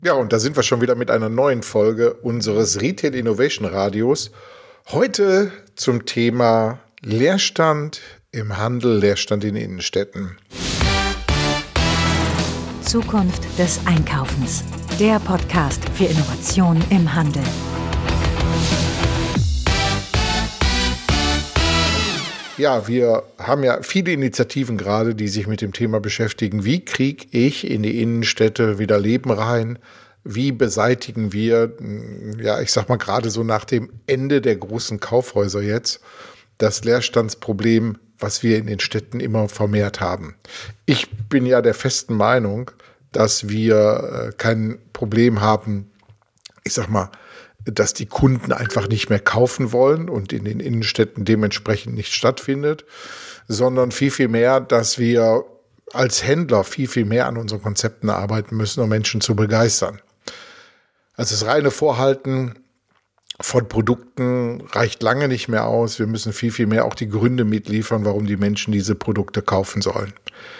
Ja, und da sind wir schon wieder mit einer neuen Folge unseres Retail Innovation Radios. Heute zum Thema Leerstand im Handel, Leerstand in Innenstädten. Zukunft des Einkaufens. Der Podcast für Innovation im Handel. Ja, wir haben ja viele Initiativen gerade, die sich mit dem Thema beschäftigen. Wie kriege ich in die Innenstädte wieder Leben rein? Wie beseitigen wir, ja, ich sag mal gerade so nach dem Ende der großen Kaufhäuser jetzt, das Leerstandsproblem, was wir in den Städten immer vermehrt haben? Ich bin ja der festen Meinung, dass wir kein Problem haben, ich sag mal, dass die Kunden einfach nicht mehr kaufen wollen und in den Innenstädten dementsprechend nicht stattfindet, sondern viel mehr, dass wir als Händler viel mehr an unseren Konzepten arbeiten müssen, um Menschen zu begeistern. Also das reine Vorhalten von Produkten reicht lange nicht mehr aus. Wir müssen viel mehr auch die Gründe mitliefern, warum die Menschen diese Produkte kaufen sollen.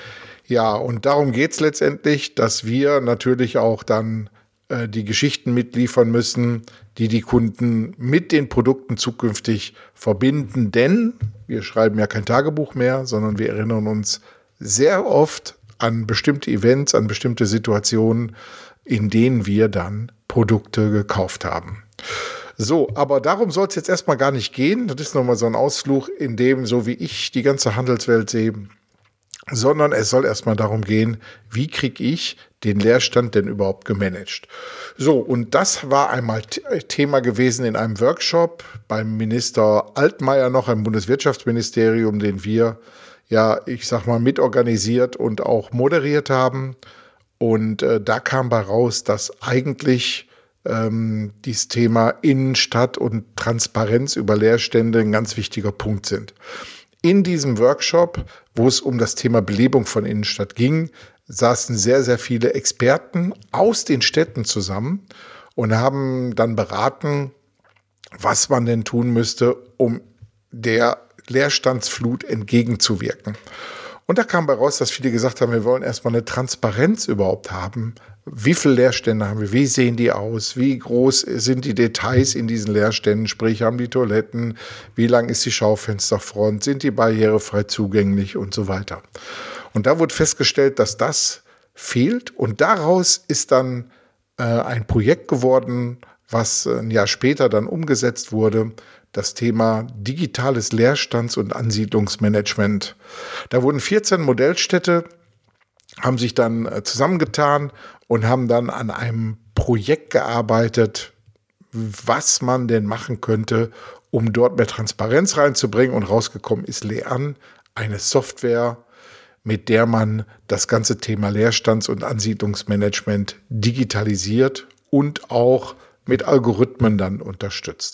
Ja, und darum geht es letztendlich, dass wir natürlich auch dann die Geschichten mitliefern müssen, die die Kunden mit den Produkten zukünftig verbinden. Denn wir schreiben ja kein Tagebuch mehr, sondern wir erinnern uns sehr oft an bestimmte Events, an bestimmte Situationen, in denen wir dann Produkte gekauft haben. So, aber darum soll es jetzt erstmal gar nicht gehen. Das ist nochmal so ein Ausflug, in dem, so wie ich die ganze Handelswelt sehe, sondern es soll erstmal darum gehen, wie kriege ich den Leerstand denn überhaupt gemanagt. So, und das war einmal Thema gewesen in einem Workshop beim Minister Altmaier noch im Bundeswirtschaftsministerium, den wir, ja, ich sag mal, mitorganisiert und auch moderiert haben. Und da kam bei raus, dass eigentlich dieses Thema Innenstadt und Transparenz über Leerstände ein ganz wichtiger Punkt sind. In diesem Workshop, wo es um das Thema Belebung von Innenstadt ging, saßen sehr viele Experten aus den Städten zusammen und haben dann beraten, was man denn tun müsste, um der Leerstandsflut entgegenzuwirken. Und da kam bei raus, dass viele gesagt haben, wir wollen erstmal eine Transparenz überhaupt haben. Wie viele Leerstände haben wir? Wie sehen die aus? Wie groß sind die Details in diesen Leerständen? Sprich, haben die Toiletten? Wie lang ist die Schaufensterfront? Sind die barrierefrei zugänglich und so weiter? Und da wurde festgestellt, dass das fehlt. Und daraus ist dann ein Projekt geworden, was ein Jahr später dann umgesetzt wurde. Das Thema digitales Leerstands- und Ansiedlungsmanagement. Da wurden 14 Modellstädte, haben sich dann zusammengetan und haben dann an einem Projekt gearbeitet, was man denn machen könnte, um dort mehr Transparenz reinzubringen. Und rausgekommen ist Lean, eine Software, mit der man das ganze Thema Leerstands- und Ansiedlungsmanagement digitalisiert und auch mit Algorithmen dann unterstützt.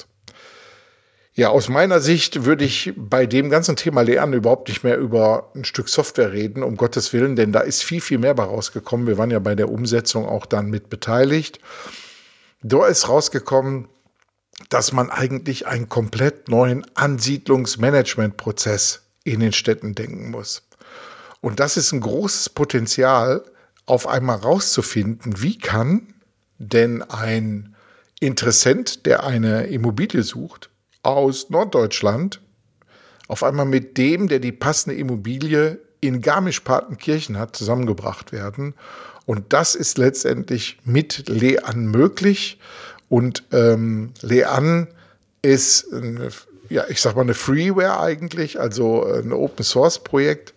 Ja, aus meiner Sicht würde ich bei dem ganzen Thema Lernen überhaupt nicht mehr über ein Stück Software reden, um Gottes Willen, denn da ist viel mehr bei rausgekommen. Wir waren ja bei der Umsetzung auch dann mit beteiligt. Da ist rausgekommen, dass man eigentlich einen komplett neuen Ansiedlungsmanagementprozess in den Städten denken muss. Und das ist ein großes Potenzial, auf einmal rauszufinden, wie kann denn ein Interessent, der eine Immobilie sucht, aus Norddeutschland auf einmal mit dem, der die passende Immobilie in Garmisch-Partenkirchen hat, zusammengebracht werden. Und das ist letztendlich mit Lean möglich. Und Lean ist, ich sag mal, eine Freeware eigentlich, also ein Open-Source-Projekt,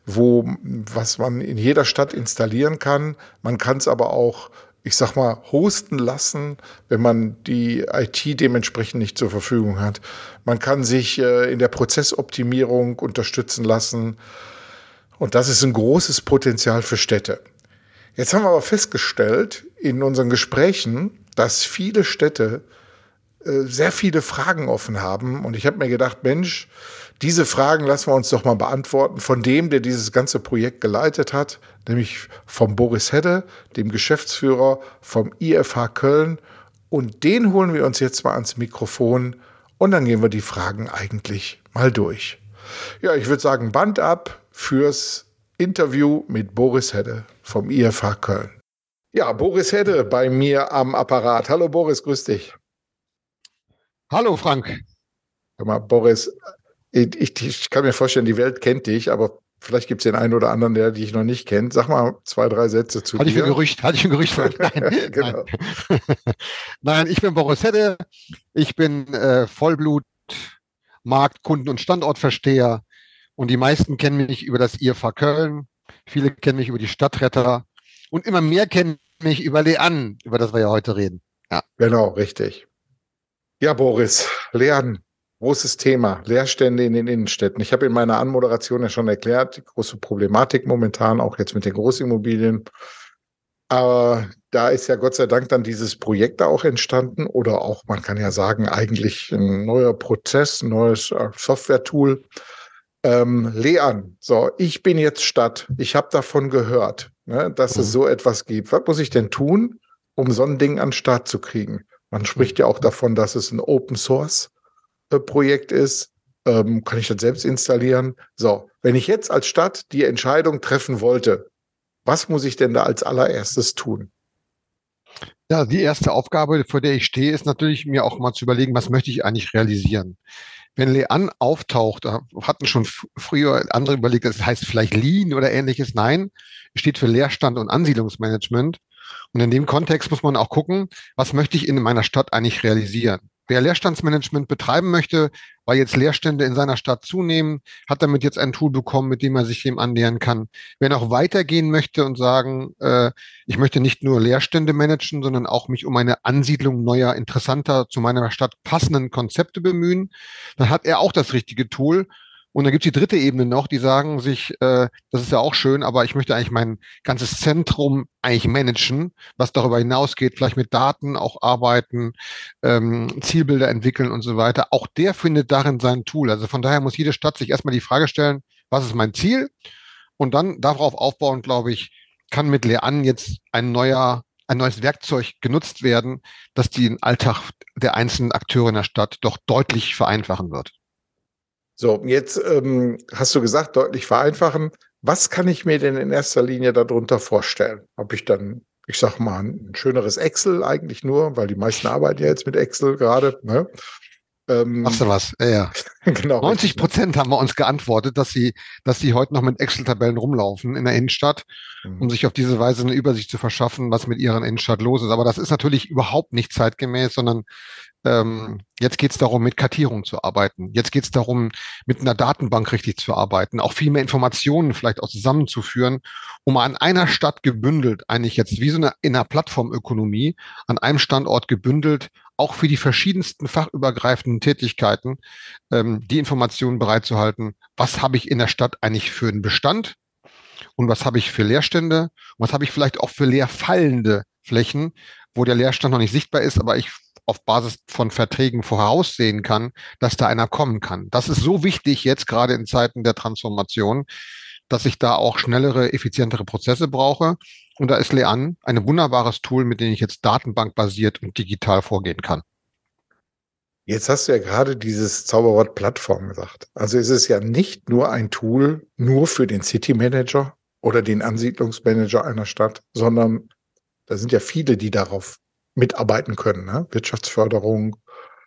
was man in jeder Stadt installieren kann. Man kann es aber auch, ich sag mal, hosten lassen, wenn man die IT dementsprechend nicht zur Verfügung hat. Man kann sich in der Prozessoptimierung unterstützen lassen. Und das ist ein großes Potenzial für Städte. Jetzt haben wir aber festgestellt in unseren Gesprächen, dass viele Städte sehr viele Fragen offen haben. Und ich habe mir gedacht, Mensch, diese Fragen lassen wir uns doch mal beantworten von dem, der dieses ganze Projekt geleitet hat, nämlich vom Boris Hedde, dem Geschäftsführer vom IFH Köln. Und den holen wir uns jetzt mal ans Mikrofon und dann gehen wir die Fragen eigentlich mal durch. Ja, ich würde sagen, Band ab fürs Interview mit Boris Hedde vom IFH Köln. Ja, Boris Hedde bei mir am Apparat. Hallo Boris, grüß dich. Hallo Frank. Hör mal, Boris, ich kann mir vorstellen, die Welt kennt dich, aber vielleicht gibt es den einen oder anderen, der dich noch nicht kennt. Sag mal 2, 3 Sätze zu Halte ich für dir. ein Gerücht für. Nein, Genau. Nein, ich bin Boris Hedde. Ich bin Vollblut Markt-, Kunden- und Standortversteher. Und die meisten kennen mich über das IFA Köln. Viele kennen mich über die Stadtretter. Und immer mehr kennen mich über Lean, über das wir ja heute reden. Ja. Genau, richtig. Ja, Boris, Lernen, großes Thema, Leerstände in den Innenstädten. Ich habe in meiner Anmoderation ja schon erklärt, die große Problematik momentan, auch jetzt mit den Großimmobilien. Aber da ist ja Gott sei Dank dann dieses Projekt da auch entstanden oder auch, man kann ja sagen, eigentlich ein neuer Prozess, ein neues Software-Tool. Lean, so, ich bin jetzt Stadt, ich habe davon gehört, ne, dass es so etwas gibt. Was muss ich denn tun, um so ein Ding an den Start zu kriegen? Man spricht ja auch davon, dass es ein Open-Source-Projekt ist. Kann ich das selbst installieren? So, wenn ich jetzt als Stadt die Entscheidung treffen wollte, was muss ich denn da als allererstes tun? Ja, die erste Aufgabe, vor der ich stehe, ist natürlich mir auch mal zu überlegen, was möchte ich eigentlich realisieren? Wenn Lean auftaucht, da hatten schon früher andere überlegt, das heißt vielleicht Lean oder ähnliches. Nein, steht für Leerstand und Ansiedlungsmanagement. Und in dem Kontext muss man auch gucken, was möchte ich in meiner Stadt eigentlich realisieren? Wer Leerstandsmanagement betreiben möchte, weil jetzt Leerstände in seiner Stadt zunehmen, hat damit jetzt ein Tool bekommen, mit dem er sich dem annähern kann. Wer noch weitergehen möchte und sagen, ich möchte nicht nur Leerstände managen, sondern auch mich um eine Ansiedlung neuer, interessanter, zu meiner Stadt passenden Konzepte bemühen, dann hat er auch das richtige Tool. Und dann gibt es die dritte Ebene noch, die sagen sich, das ist ja auch schön, aber ich möchte eigentlich mein ganzes Zentrum eigentlich managen, was darüber hinausgeht, vielleicht mit Daten auch arbeiten, Zielbilder entwickeln und so weiter. Auch der findet darin sein Tool. Also von daher muss jede Stadt sich erstmal die Frage stellen, was ist mein Ziel? Und dann darauf aufbauen, glaube ich, kann mit Lean jetzt ein neues Werkzeug genutzt werden, das den Alltag der einzelnen Akteure in der Stadt doch deutlich vereinfachen wird. So, jetzt hast du gesagt, deutlich vereinfachen. Was kann ich mir denn in erster Linie darunter vorstellen? Habe ich dann, ich sag mal, ein schöneres Excel eigentlich nur, weil die meisten arbeiten ja jetzt mit Excel gerade, ne? Machst du was? Ja. Genau. 90% haben wir uns geantwortet, dass sie heute noch mit Excel-Tabellen rumlaufen in der Innenstadt, um sich auf diese Weise eine Übersicht zu verschaffen, was mit ihrer Innenstadt los ist. Aber das ist natürlich überhaupt nicht zeitgemäß, sondern jetzt geht es darum, mit Kartierung zu arbeiten. Jetzt geht es darum, mit einer Datenbank richtig zu arbeiten, auch viel mehr Informationen vielleicht auch zusammenzuführen, um an einer Stadt gebündelt, eigentlich jetzt wie so eine in einer Plattformökonomie, an einem Standort gebündelt, auch für die verschiedensten fachübergreifenden Tätigkeiten, die Informationen bereitzuhalten. Was habe ich in der Stadt eigentlich für einen Bestand? Und was habe ich für Leerstände? Und was habe ich vielleicht auch für leerfallende Flächen, wo der Leerstand noch nicht sichtbar ist, aber ich auf Basis von Verträgen voraussehen kann, dass da einer kommen kann. Das ist so wichtig jetzt gerade in Zeiten der Transformation, dass ich da auch schnellere, effizientere Prozesse brauche. Und da ist Lean ein wunderbares Tool, mit dem ich jetzt datenbankbasiert und digital vorgehen kann. Jetzt hast du ja gerade dieses Zauberwort Plattform gesagt. Also es ist ja nicht nur ein Tool nur für den City Manager oder den Ansiedlungsmanager einer Stadt, sondern da sind ja viele, die darauf mitarbeiten können, ne? Wirtschaftsförderung,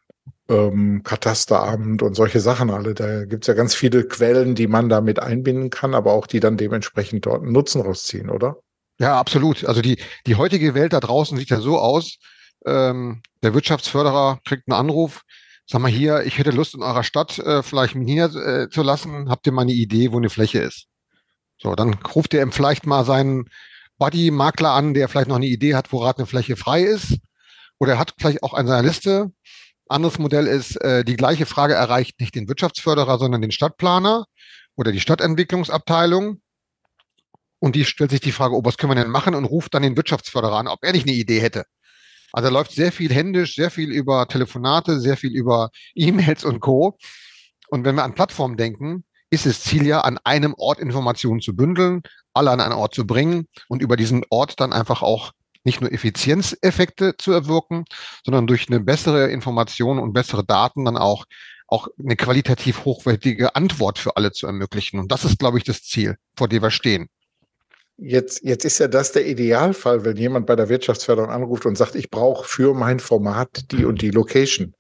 Katasteramt und solche Sachen alle. Da gibt's ja ganz viele Quellen, die man da mit einbinden kann, aber auch die dann dementsprechend dort einen Nutzen rausziehen, oder? Ja, absolut. Also die heutige Welt da draußen sieht ja so aus, der Wirtschaftsförderer kriegt einen Anruf, sag mal hier, ich hätte Lust in eurer Stadt vielleicht hier zu lassen, habt ihr mal eine Idee, wo eine Fläche ist? So, dann ruft er ihm vielleicht mal seinen Buddy-Makler an, der vielleicht noch eine Idee hat, wo gerade eine Fläche frei ist. Oder er hat vielleicht auch an seiner Liste. Anderes Modell ist, die gleiche Frage erreicht nicht den Wirtschaftsförderer, sondern den Stadtplaner oder die Stadtentwicklungsabteilung. Und die stellt sich die Frage, oh, was können wir denn machen? Und ruft dann den Wirtschaftsförderer an, ob er nicht eine Idee hätte. Also da läuft sehr viel händisch, sehr viel über Telefonate, sehr viel über E-Mails und Co. Und wenn wir an Plattformen denken, ist das Ziel ja, an einem Ort Informationen zu bündeln, alle an einen Ort zu bringen und über diesen Ort dann einfach auch nicht nur Effizienzeffekte zu erwirken, sondern durch eine bessere Information und bessere Daten dann auch eine qualitativ hochwertige Antwort für alle zu ermöglichen. Und das ist, glaube ich, das Ziel, vor dem wir stehen. Jetzt ist ja das der Idealfall, wenn jemand bei der Wirtschaftsförderung anruft und sagt, ich brauche für mein Format die und die Location.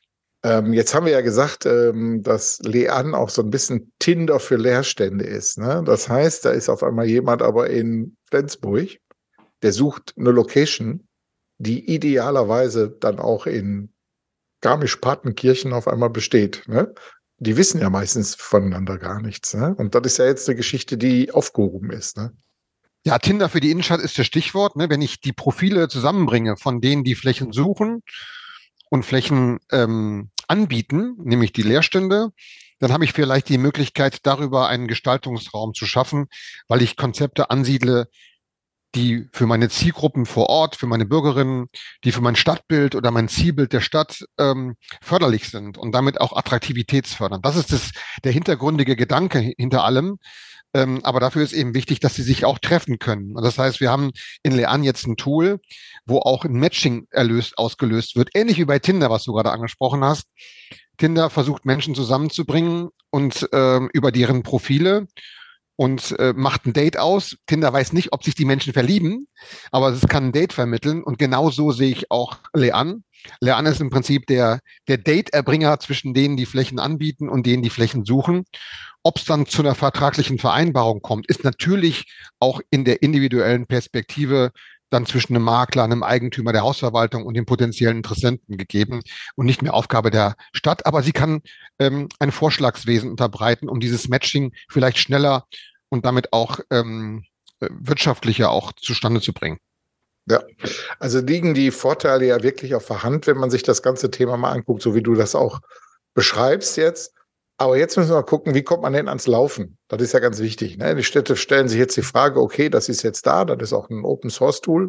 Jetzt haben wir ja gesagt, dass Lean auch so ein bisschen Tinder für Leerstände ist. Ne? Das heißt, da ist auf einmal jemand aber in Flensburg, der sucht eine Location, die idealerweise dann auch in Garmisch-Partenkirchen auf einmal besteht. Ne? Die wissen ja meistens voneinander gar nichts. Ne? Und das ist ja jetzt eine Geschichte, die aufgehoben ist. Ne? Ja, Tinder für die Innenstadt ist das Stichwort. Ne? Wenn ich die Profile zusammenbringe von denen, die Flächen suchen und Flächen anbieten, nämlich die Leerstände, dann habe ich vielleicht die Möglichkeit, darüber einen Gestaltungsraum zu schaffen, weil ich Konzepte ansiedle, die für meine Zielgruppen vor Ort, für meine Bürgerinnen, die für mein Stadtbild oder mein Zielbild der Stadt förderlich sind und damit auch attraktivitätsfördernd. Das ist der hintergründige Gedanke hinter allem. Aber dafür ist eben wichtig, dass sie sich auch treffen können. Und das heißt, wir haben in Lean jetzt ein Tool, wo auch ein Matching ausgelöst wird, ähnlich wie bei Tinder, was du gerade angesprochen hast. Tinder versucht Menschen zusammenzubringen und über deren Profile und macht ein Date aus. Tinder weiß nicht, ob sich die Menschen verlieben, aber es kann ein Date vermitteln. Und genau so sehe ich auch Lean. Lean ist im Prinzip der Date-Erbringer zwischen denen, die Flächen anbieten und denen, die Flächen suchen. Ob es dann zu einer vertraglichen Vereinbarung kommt, ist natürlich auch in der individuellen Perspektive dann zwischen einem Makler, einem Eigentümer der Hausverwaltung und dem potenziellen Interessenten gegeben und nicht mehr Aufgabe der Stadt. Aber sie kann ein Vorschlagswesen unterbreiten, um dieses Matching vielleicht schneller und damit auch wirtschaftlicher auch zustande zu bringen. Ja, also liegen die Vorteile ja wirklich auf der Hand, wenn man sich das ganze Thema mal anguckt, so wie du das auch beschreibst jetzt. Aber jetzt müssen wir mal gucken, wie kommt man denn ans Laufen? Das ist ja ganz wichtig. Ne? Die Städte stellen sich jetzt die Frage, okay, das ist jetzt da, das ist auch ein Open-Source-Tool.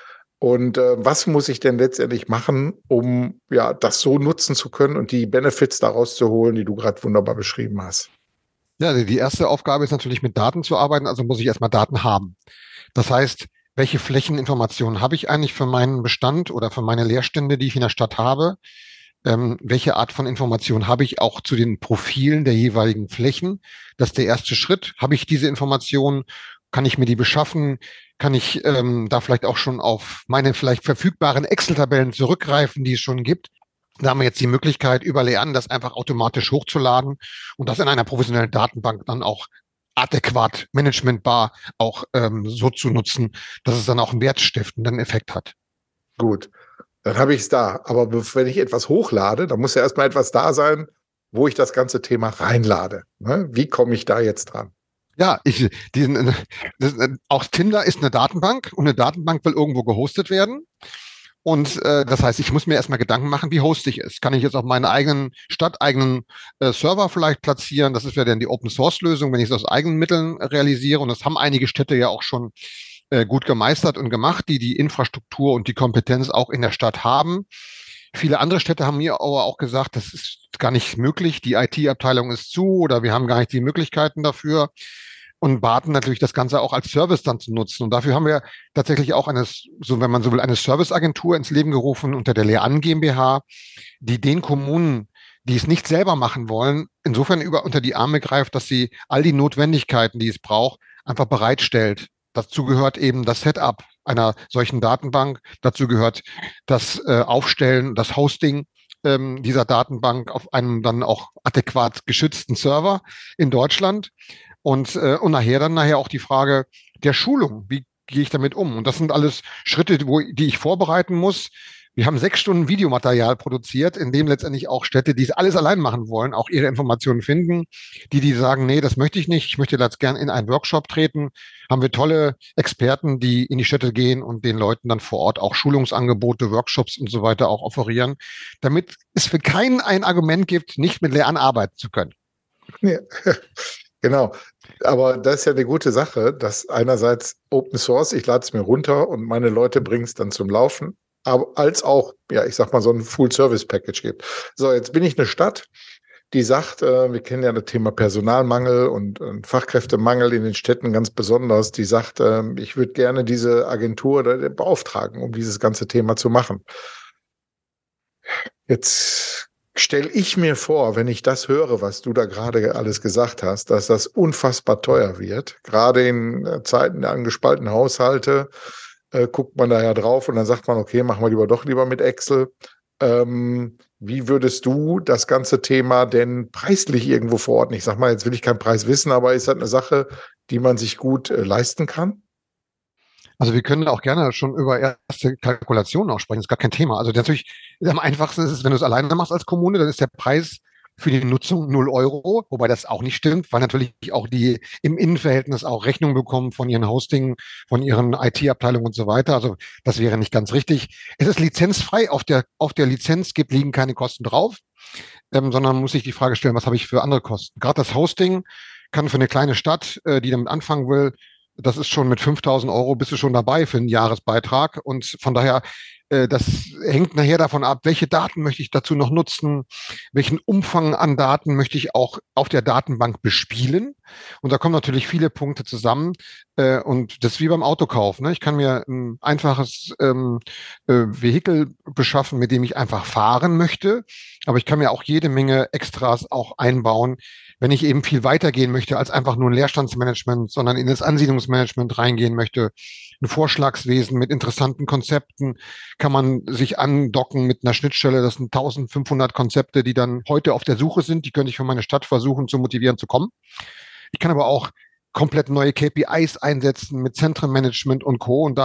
Und was muss ich denn letztendlich machen, um ja das so nutzen zu können und die Benefits daraus zu holen, die du gerade wunderbar beschrieben hast? Ja, die erste Aufgabe ist natürlich mit Daten zu arbeiten, also muss ich erstmal Daten haben. Das heißt, welche Flächeninformationen habe ich eigentlich für meinen Bestand oder für meine Leerstände, die ich in der Stadt habe? Welche Art von Information habe ich auch zu den Profilen der jeweiligen Flächen? Das ist der erste Schritt. Habe ich diese Informationen? Kann ich mir die beschaffen? Kann ich da vielleicht auch schon auf meine vielleicht verfügbaren Excel-Tabellen zurückgreifen, die es schon gibt? Da haben wir jetzt die Möglichkeit, über Lean das einfach automatisch hochzuladen und das in einer professionellen Datenbank dann auch adäquat managementbar auch so zu nutzen, dass es dann auch einen wertstiftenden Effekt hat. Gut. Dann habe ich es da. Aber wenn ich etwas hochlade, dann muss ja erstmal etwas da sein, wo ich das ganze Thema reinlade. Ne? Wie komme ich da jetzt dran? Ja, auch Tinder ist eine Datenbank und eine Datenbank will irgendwo gehostet werden. Und das heißt, ich muss mir erstmal Gedanken machen, wie hoste ich es? Kann ich jetzt auf meinen eigenen stadteigenen Server vielleicht platzieren? Das ist ja dann die Open-Source-Lösung, wenn ich es aus eigenen Mitteln realisiere. Und das haben einige Städte ja auch schon gut gemeistert und gemacht, die Infrastruktur und die Kompetenz auch in der Stadt haben. Viele andere Städte haben mir aber auch gesagt, das ist gar nicht möglich, die IT-Abteilung ist zu oder wir haben gar nicht die Möglichkeiten dafür und baten natürlich das Ganze auch als Service dann zu nutzen. Und dafür haben wir tatsächlich auch wenn man so will, eine Serviceagentur ins Leben gerufen unter der Lean GmbH, die den Kommunen, die es nicht selber machen wollen, insofern unter die Arme greift, dass sie all die Notwendigkeiten, die es braucht, einfach bereitstellt. Dazu gehört eben das Setup einer solchen Datenbank. Dazu gehört das Aufstellen, das Hosting dieser Datenbank auf einem dann auch adäquat geschützten Server in Deutschland. Und nachher auch die Frage der Schulung. Wie gehe ich damit um? Und das sind alles Schritte, die ich vorbereiten muss. Wir haben 6 Stunden Videomaterial produziert, in dem letztendlich auch Städte, die es alles allein machen wollen, auch ihre Informationen finden. Die sagen, nee, das möchte ich nicht, ich möchte jetzt gern in einen Workshop treten, haben wir tolle Experten, die in die Städte gehen und den Leuten dann vor Ort auch Schulungsangebote, Workshops und so weiter auch offerieren, damit es für keinen ein Argument gibt, nicht mit Lean arbeiten zu können. Ja, genau. Aber das ist ja eine gute Sache, dass einerseits Open Source, ich lade es mir runter und meine Leute bringen es dann zum Laufen, aber als auch, ja, ich sag mal, so ein Full-Service-Package gibt. So, jetzt bin ich eine Stadt, die sagt, wir kennen ja das Thema Personalmangel und Fachkräftemangel in den Städten ganz besonders, die sagt, ich würde gerne diese Agentur beauftragen, um dieses ganze Thema zu machen. Jetzt stelle ich mir vor, wenn ich das höre, was du da gerade alles gesagt hast, dass das unfassbar teuer wird. Gerade in Zeiten der angespaltenen Haushalte guckt man da ja drauf und dann sagt man, okay, machen wir lieber mit Excel. Wie würdest du das ganze Thema denn preislich irgendwo verorten? Ich sag mal, jetzt will ich keinen Preis wissen, aber ist das eine Sache, die man sich gut leisten kann? Also wir können auch gerne schon über erste Kalkulationen auch sprechen, ist gar kein Thema. Also natürlich, am einfachsten ist es, wenn du es alleine machst als Kommune, dann ist der Preis für die Nutzung 0 €, wobei das auch nicht stimmt, weil natürlich auch die im Innenverhältnis auch Rechnungen bekommen von ihren Hosting, von ihren IT-Abteilungen und so weiter. Also das wäre nicht ganz richtig. Es ist lizenzfrei, auf der Lizenz liegen keine Kosten drauf, sondern man muss sich die Frage stellen, was habe ich für andere Kosten? Gerade das Hosting kann für eine kleine Stadt, die damit anfangen will, das ist schon mit 5.000 € bist du schon dabei für einen Jahresbeitrag. Und von daher, das hängt nachher davon ab, welche Daten möchte ich dazu noch nutzen, welchen Umfang an Daten möchte ich auch auf der Datenbank bespielen. Und da kommen natürlich viele Punkte zusammen. Und das ist wie beim Autokauf. Ne? Ich kann mir ein einfaches Vehikel beschaffen, mit dem ich einfach fahren möchte. Aber ich kann mir auch jede Menge Extras auch einbauen, wenn ich eben viel weitergehen möchte als einfach nur ein Leerstandsmanagement, sondern in das Ansiedlungsmanagement reingehen möchte, ein Vorschlagswesen mit interessanten Konzepten, kann man sich andocken mit einer Schnittstelle. Das sind 1.500 Konzepte, die dann heute auf der Suche sind. Die könnte ich für meine Stadt versuchen zu motivieren zu kommen. Ich kann aber auch komplett neue KPIs einsetzen mit Zentrenmanagement und Co. Und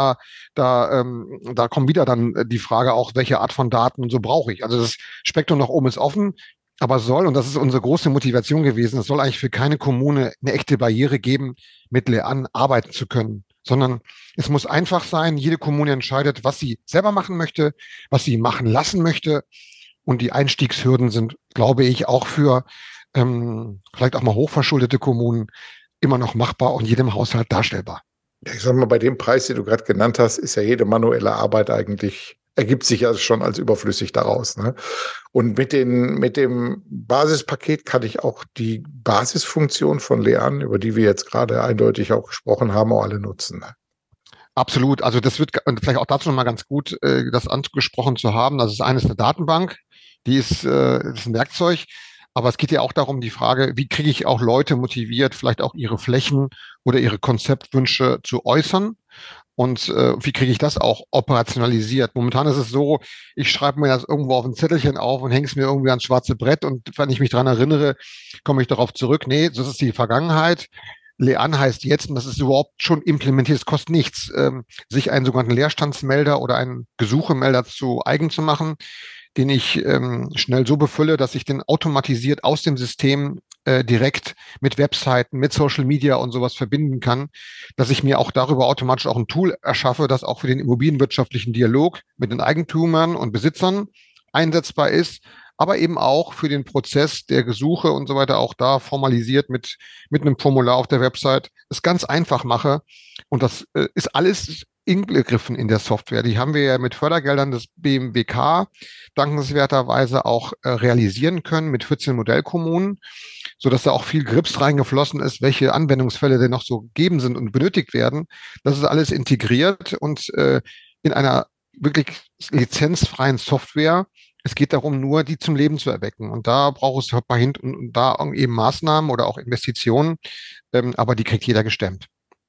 da kommt wieder dann die Frage auch, welche Art von Daten und so brauche ich. Also das Spektrum nach oben ist offen. Aber es soll, und das ist unsere große Motivation gewesen, es soll eigentlich für keine Kommune eine echte Barriere geben, mit Lean arbeiten zu können, sondern es muss einfach sein, jede Kommune entscheidet, was sie selber machen möchte, was sie machen lassen möchte. Und die Einstiegshürden sind, glaube ich, auch für vielleicht auch mal hochverschuldete Kommunen immer noch machbar und jedem Haushalt darstellbar. Ja, ich sag mal, bei dem Preis, den du gerade genannt hast, ist ja jede manuelle Arbeit eigentlich ergibt sich ja schon als überflüssig daraus. Ne? Und mit dem Basispaket kann ich auch die Basisfunktion von Lean, über die wir jetzt gerade eindeutig auch gesprochen haben, auch alle nutzen. Ne? Absolut. Also das wird vielleicht auch dazu nochmal ganz gut, das angesprochen zu haben. Das ist eines eine Datenbank, die ist ein Werkzeug. Aber es geht ja auch darum, die Frage, wie kriege ich auch Leute motiviert, vielleicht auch ihre Flächen oder ihre Konzeptwünsche zu äußern. Und wie kriege ich das auch operationalisiert? Momentan ist es so, ich schreibe mir das irgendwo auf ein Zettelchen auf und hänge es mir irgendwie ans schwarze Brett und wenn ich mich dran erinnere, komme ich darauf zurück. Nee, das ist die Vergangenheit. Lean heißt jetzt, und das ist überhaupt schon implementiert, es kostet nichts, sich einen sogenannten Leerstandsmelder oder einen Gesuchemelder zu eigen zu machen, den ich schnell so befülle, dass ich den automatisiert aus dem System direkt mit Webseiten, mit Social Media und sowas verbinden kann, dass ich mir auch darüber automatisch auch ein Tool erschaffe, das auch für den immobilienwirtschaftlichen Dialog mit den Eigentümern und Besitzern einsetzbar ist, aber eben auch für den Prozess der Gesuche und so weiter auch da formalisiert mit einem Formular auf der Website es ganz einfach mache. Und das ist alles inbegriffen in der Software. Die haben wir ja mit Fördergeldern des BMWK dankenswerterweise auch realisieren können mit 14 Modellkommunen, sodass da auch viel Grips reingeflossen ist, welche Anwendungsfälle denn noch so gegeben sind und benötigt werden. Das ist alles integriert und in einer wirklich lizenzfreien Software. Es geht darum, nur die zum Leben zu erwecken. Und da braucht es ein paar und da eben Maßnahmen oder auch Investitionen, aber die kriegt jeder gestemmt.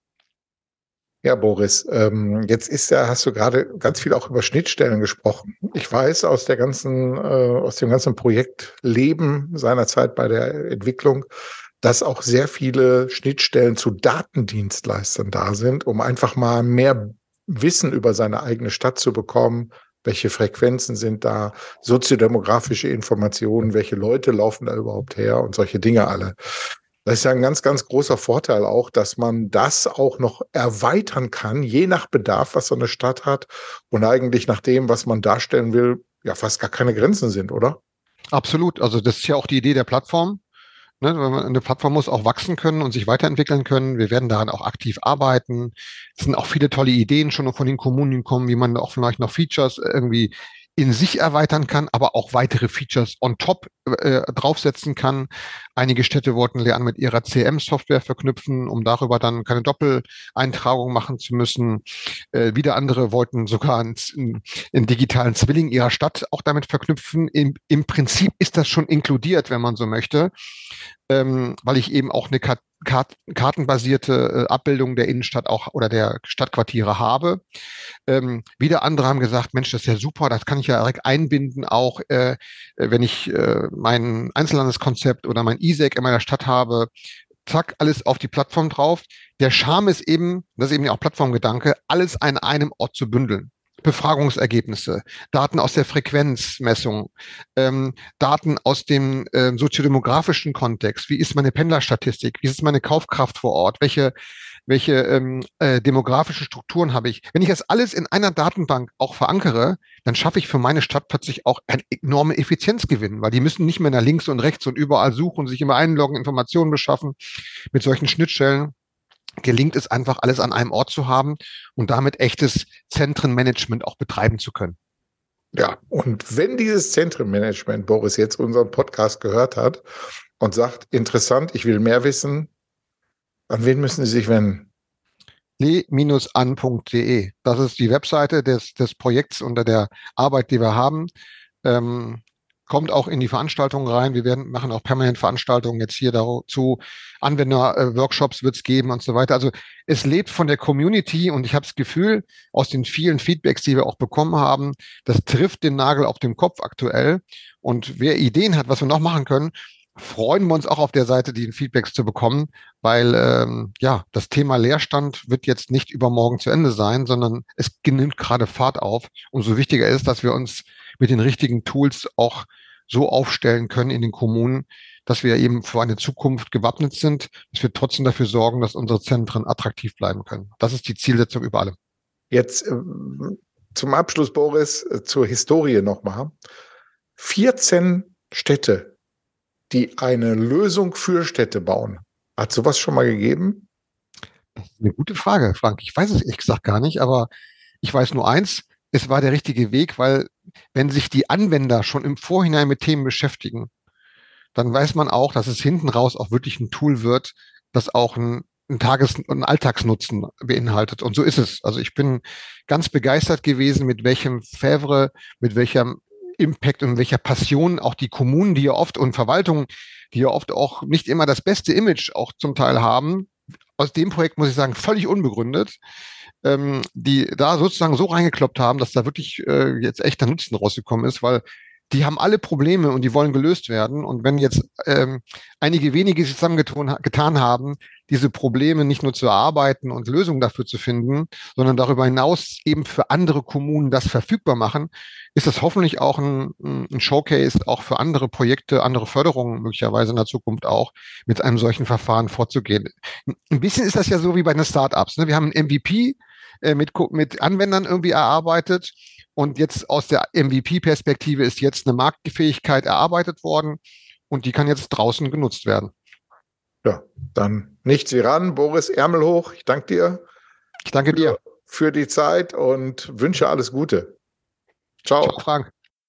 Ja, Boris, hast du gerade ganz viel auch über Schnittstellen gesprochen. Ich weiß aus dem ganzen Projektleben seinerzeit bei der Entwicklung, dass auch sehr viele Schnittstellen zu Datendienstleistern da sind, um einfach mal mehr Wissen über seine eigene Stadt zu bekommen. Welche Frequenzen sind da, soziodemografische Informationen, welche Leute laufen da überhaupt her und solche Dinge alle. Das ist ja ein ganz, ganz großer Vorteil auch, dass man das auch noch erweitern kann, je nach Bedarf, was so eine Stadt hat und eigentlich nach dem, was man darstellen will, ja fast gar keine Grenzen sind, oder? Absolut. Also das ist ja auch die Idee der Plattform. Ne? Eine Plattform muss auch wachsen können und sich weiterentwickeln können. Wir werden daran auch aktiv arbeiten. Es sind auch viele tolle Ideen schon von den Kommunen gekommen, wie man auch vielleicht noch Features irgendwie in sich erweitern kann, aber auch weitere Features on top draufsetzen kann. Einige Städte wollten Lean mit ihrer CM-Software verknüpfen, um darüber dann keine Doppeleintragung machen zu müssen. Wieder andere wollten sogar einen digitalen Zwilling ihrer Stadt auch damit verknüpfen. Im Prinzip ist das schon inkludiert, wenn man so möchte, weil ich eben auch eine kartenbasierte Abbildung der Innenstadt auch oder der Stadtquartiere habe. Wieder andere haben gesagt, Mensch, das ist ja super, das kann ich ja direkt einbinden, auch wenn ich mein Einzelhandelskonzept oder mein ISEC in meiner Stadt habe, zack, alles auf die Plattform drauf. Der Charme ist eben, das ist eben auch Plattformgedanke, alles an einem Ort zu bündeln. Befragungsergebnisse, Daten aus der Frequenzmessung, Daten aus dem soziodemografischen Kontext. Wie ist meine Pendlerstatistik? Wie ist meine Kaufkraft vor Ort? Welche demografischen Strukturen habe ich? Wenn ich das alles in einer Datenbank auch verankere, dann schaffe ich für meine Stadt plötzlich auch einen enormen Effizienzgewinn, weil die müssen nicht mehr nach links und rechts und überall suchen, sich immer einloggen, Informationen beschaffen. Mit solchen Schnittstellen gelingt es einfach, alles an einem Ort zu haben und damit echtes Zentrenmanagement auch betreiben zu können. Ja, und wenn dieses Zentrenmanagement, Boris, jetzt unseren Podcast gehört hat und sagt, interessant, ich will mehr wissen, an wen müssen Sie sich wenden? le-an.de. Das ist die Webseite des Projekts unter der Arbeit, die wir haben. Kommt auch in die Veranstaltungen rein. Wir machen auch permanent Veranstaltungen jetzt hier dazu. Anwender-Workshops wird es geben und so weiter. Also es lebt von der Community und ich habe das Gefühl, aus den vielen Feedbacks, die wir auch bekommen haben, das trifft den Nagel auf den Kopf aktuell. Und wer Ideen hat, was wir noch machen können, freuen wir uns auch auf der Seite, die Feedbacks zu bekommen, weil das Thema Leerstand wird jetzt nicht übermorgen zu Ende sein, sondern es nimmt gerade Fahrt auf. Umso wichtiger ist, dass wir uns mit den richtigen Tools auch so aufstellen können in den Kommunen, dass wir eben für eine Zukunft gewappnet sind, dass wir trotzdem dafür sorgen, dass unsere Zentren attraktiv bleiben können. Das ist die Zielsetzung über allem. Jetzt zum Abschluss, Boris, zur Historie nochmal. 14 Städte, die eine Lösung für Städte bauen. Hat sowas schon mal gegeben? Das ist eine gute Frage, Frank. Ich weiß es ehrlich gesagt gar nicht, aber ich weiß nur eins, es war der richtige Weg, weil wenn sich die Anwender schon im Vorhinein mit Themen beschäftigen, dann weiß man auch, dass es hinten raus auch wirklich ein Tool wird, das auch einen Alltagsnutzen beinhaltet. Und so ist es. Also ich bin ganz begeistert gewesen, mit welchem Fèvre, mit welchem Impact und welcher Passion auch die Kommunen, die ja oft und Verwaltungen, die ja oft auch nicht immer das beste Image auch zum Teil haben. Aus dem Projekt muss ich sagen, völlig unbegründet, die da sozusagen so reingekloppt haben, dass da wirklich jetzt echter Nutzen rausgekommen ist, weil die haben alle Probleme und die wollen gelöst werden. Und wenn jetzt einige wenige sich zusammengetan haben, diese Probleme nicht nur zu erarbeiten und Lösungen dafür zu finden, sondern darüber hinaus eben für andere Kommunen das verfügbar machen, ist das hoffentlich auch ein Showcase auch für andere Projekte, andere Förderungen möglicherweise in der Zukunft auch, mit einem solchen Verfahren vorzugehen. Ein bisschen ist das ja so wie bei den Startups. Ne? Wir haben ein MVP mit Anwendern irgendwie erarbeitet. Und jetzt aus der MVP-Perspektive ist jetzt eine Marktfähigkeit erarbeitet worden und die kann jetzt draußen genutzt werden. Ja, dann nichts wie ran. Boris, Ärmel hoch. Ich danke dir. Ich danke dir. Für die Zeit und wünsche alles Gute. Ciao. Ciao, Frank.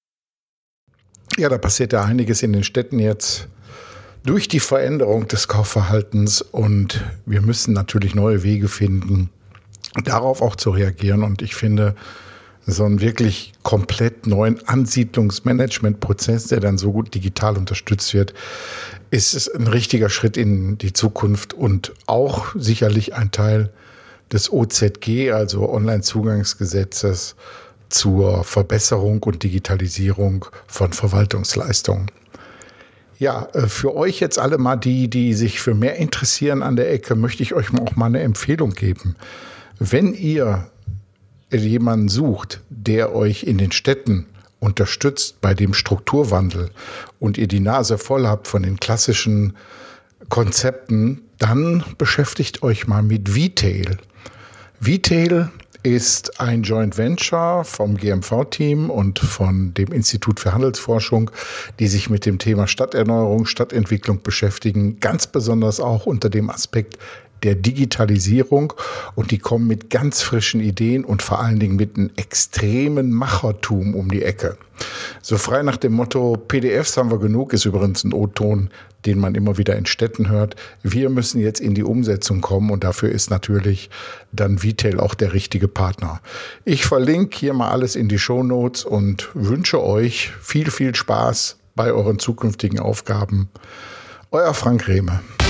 Ja, da passiert ja einiges in den Städten jetzt durch die Veränderung des Kaufverhaltens und wir müssen natürlich neue Wege finden, darauf auch zu reagieren. Und ich finde, so einen wirklich komplett neuen Ansiedlungsmanagementprozess, der dann so gut digital unterstützt wird, ist ein richtiger Schritt in die Zukunft und auch sicherlich ein Teil des OZG, also Onlinezugangsgesetzes, zur Verbesserung und Digitalisierung von Verwaltungsleistungen. Ja, für euch jetzt alle mal die sich für mehr interessieren an der Ecke, möchte ich euch auch mal eine Empfehlung geben. Wenn ihr jemanden sucht, der euch in den Städten unterstützt bei dem Strukturwandel und ihr die Nase voll habt von den klassischen Konzepten, dann beschäftigt euch mal mit V-Tail. V-Tail ist ein Joint Venture vom GMV-Team und von dem Institut für Handelsforschung, die sich mit dem Thema Stadterneuerung, Stadtentwicklung beschäftigen, ganz besonders auch unter dem Aspekt der Digitalisierung, und die kommen mit ganz frischen Ideen und vor allen Dingen mit einem extremen Machertum um die Ecke. So frei nach dem Motto, PDFs haben wir genug, ist übrigens ein O-Ton, den man immer wieder in Städten hört. Wir müssen jetzt in die Umsetzung kommen und dafür ist natürlich dann Vitel auch der richtige Partner. Ich verlinke hier mal alles in die Shownotes und wünsche euch viel, viel Spaß bei euren zukünftigen Aufgaben. Euer Frank Rehme.